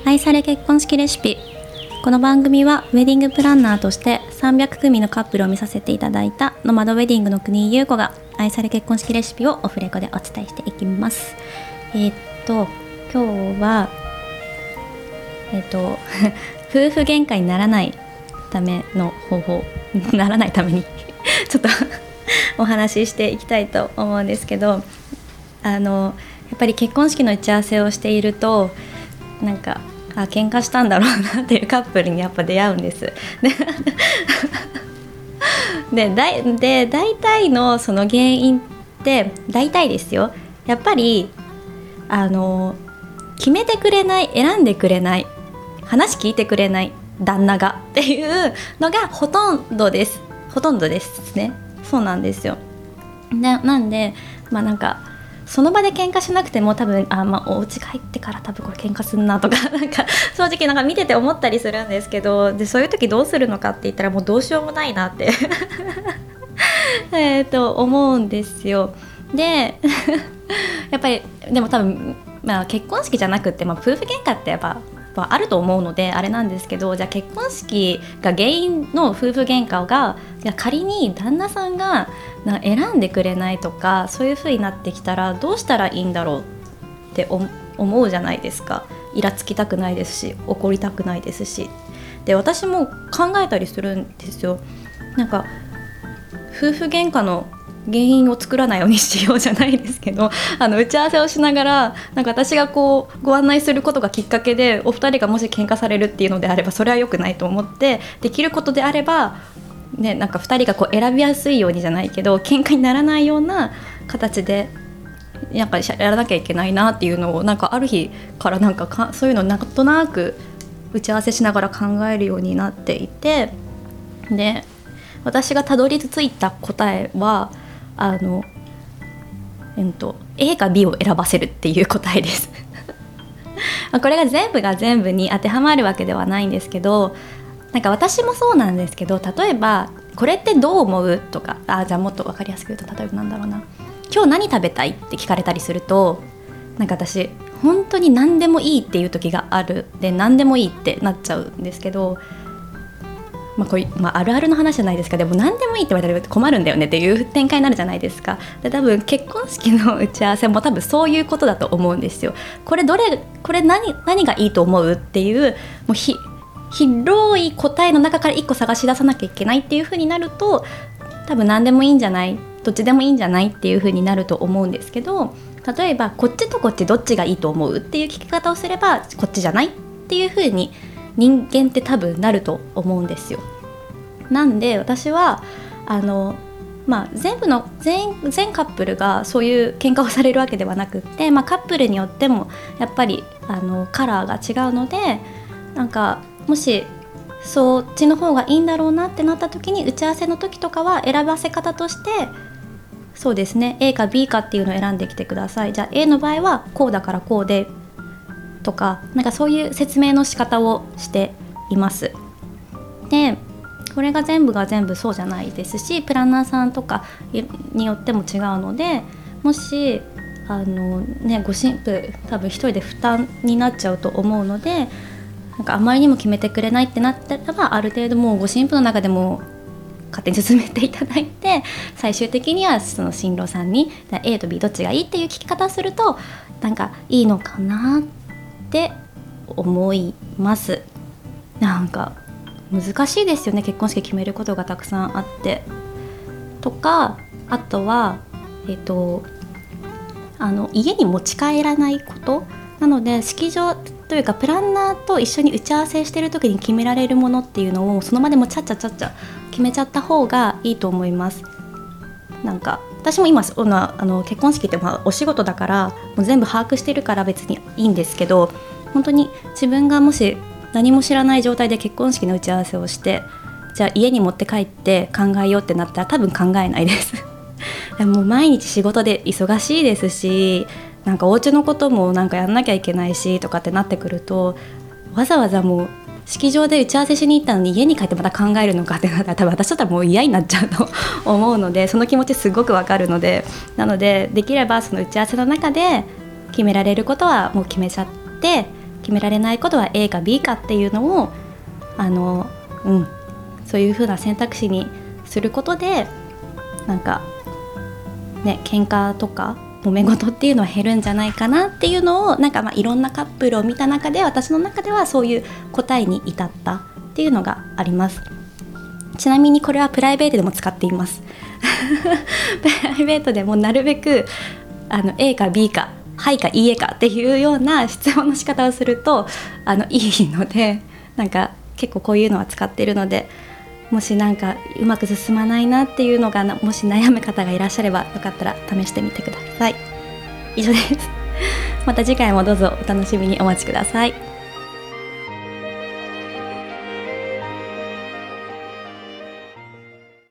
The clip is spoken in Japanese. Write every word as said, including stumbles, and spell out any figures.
愛され結婚式レシピ。この番組はウェディングプランナーとしてさんびゃく組のカップルを見させていただいたノマドウェディングの国井優子が愛され結婚式レシピをオフレコでお伝えしていきます。えー、っと今日はえー、っと夫婦喧嘩にならないための方法ならないためにちょっとお話ししていきたいと思うんですけど、あのやっぱり結婚式の打ち合わせをしているとなんかあ喧嘩したんだろうなっていうカップルにやっぱ出会うんですで, で, だいで大体のその原因って大体ですよ、やっぱりあの決めてくれない、選んでくれない、話聞いてくれない旦那がっていうのがほとんどですほとんどですね。そうなんですよ。でなんでまあなんかその場で喧嘩しなくても多分あ、まあ、お家帰ってから多分これ喧嘩すんなとかなんか正直なんか見てて思ったりするんですけど、でそういう時どうするのかって言ったらもうどうしようもないなってえと思うんですよ。でやっぱりでも多分、まあ、結婚式じゃなくって、まあ、夫婦喧嘩ってやっぱあると思うのであれなんですけど、じゃあ結婚式が原因の夫婦喧嘩がじゃあ仮に旦那さんがな選んでくれないとかそういう風になってきたらどうしたらいいんだろうって思うじゃないですか。イラつきたくないですし怒りたくないですし、で私も考えたりするんですよ。なんか夫婦喧嘩の原因を作らないようにしようじゃないですけど、あの打ち合わせをしながらなんか私がこうご案内することがきっかけでお二人がもし喧嘩されるっていうのであればそれは良くないと思って、できることであれば、ね、なんかふたりがこう選びやすいようにじゃないけど喧嘩にならないような形でなんかやらなきゃいけないなっていうのをなんかある日からなんかかそういうのをなんとなく打ち合わせしながら考えるようになっていて、で私がたどり着いた答えはあの、えっと、A か B を選ばせるっていう答えですこれが全部が全部に当てはまるわけではないんですけど、なんか私もそうなんですけど、例えばこれってどう思うとか、あじゃあもっと分かりやすく言うと例えばなんだろうな、今日何食べたいって聞かれたりするとなんか私本当に何でもいいっていう時があるで何でもいいってなっちゃうんですけど、まあこういう、まあ、あるあるの話じゃないですか。でも何でもいいって言われたら困るんだよねっていう展開になるじゃないですか。で多分結婚式の打ち合わせも多分そういうことだと思うんですよ。これどれこれ 何, 何がいいと思うっていうもうひ広い答えの中からいっこ探し出さなきゃいけないっていう風になると多分何でもいいんじゃない、どっちでもいいんじゃないっていう風になると思うんですけど、例えばこっちとこっちどっちがいいと思うっていう聞き方をすればこっちじゃないっていう風に人間って多分なると思うんですよ。なんで私はあの、まあ、全部の 全, 全カップルがそういう喧嘩をされるわけではなくって、まあ、カップルによってもやっぱりあのカラーが違うので、なんかもしそっちの方がいいんだろうなってなった時に打ち合わせの時とかは選ばせ方としてそうですね A か B かっていうのを選んできてください。じゃあ A の場合はこうだからこうでとか、なんかそういう説明の仕方をしています。でこれが全部が全部そうじゃないですし、プランナーさんとかによっても違うので、もしあの、ね、ご新婦多分一人で負担になっちゃうと思うので、なんかあまりにも決めてくれないってなったらある程度もうご新婦の中でも勝手に進めていただいて、最終的にはその新郎さんに A と B どっちがいいっていう聞き方をするとなんかいいのかなって思います。なんか難しいですよね、結婚式決めることがたくさんあってとか、あとは、えーと、あの家に持ち帰らないことなので、式場というかプランナーと一緒に打ち合わせしてる時に決められるものっていうのをその場でもちゃっちゃちゃっちゃ決めちゃった方がいいと思います。なんか私も今あの結婚式ってまあお仕事だからもう全部把握してるから別にいいんですけど、本当に自分がもし何も知らない状態で結婚式の打ち合わせをしてじゃあ家に持って帰って考えようってなったら多分考えないですでも毎日仕事で忙しいですし、なんかお家のこともなんかやんなきゃいけないしとかってなってくると、わざわざもう式場で打ち合わせしに行ったのに家に帰ってまた考えるのかってなったら多分私だったらもう嫌になっちゃうと思うので、その気持ちすごくわかるので、なのでできればその打ち合わせの中で決められることはもう決めちゃって、 決められないことは A か B かっていうのをあの、うん、そういう風な選択肢にすることでなんかね喧嘩とか揉め事っていうのは減るんじゃないかなっていうのをなんかまあいろんなカップルを見た中で私の中ではそういう答えに至ったっていうのがあります。ちなみにこれはプライベートでも使っていますプライベートでもなるべくあの A か B かはいかいいえかっていうような質問の仕方をするとあのいいのでなんか結構こういうのは使っているのでもしなんかうまく進まないなっていうのがもし悩む方がいらっしゃればよかったら試してみてください。以上ですまた次回もどうぞお楽しみにお待ちください。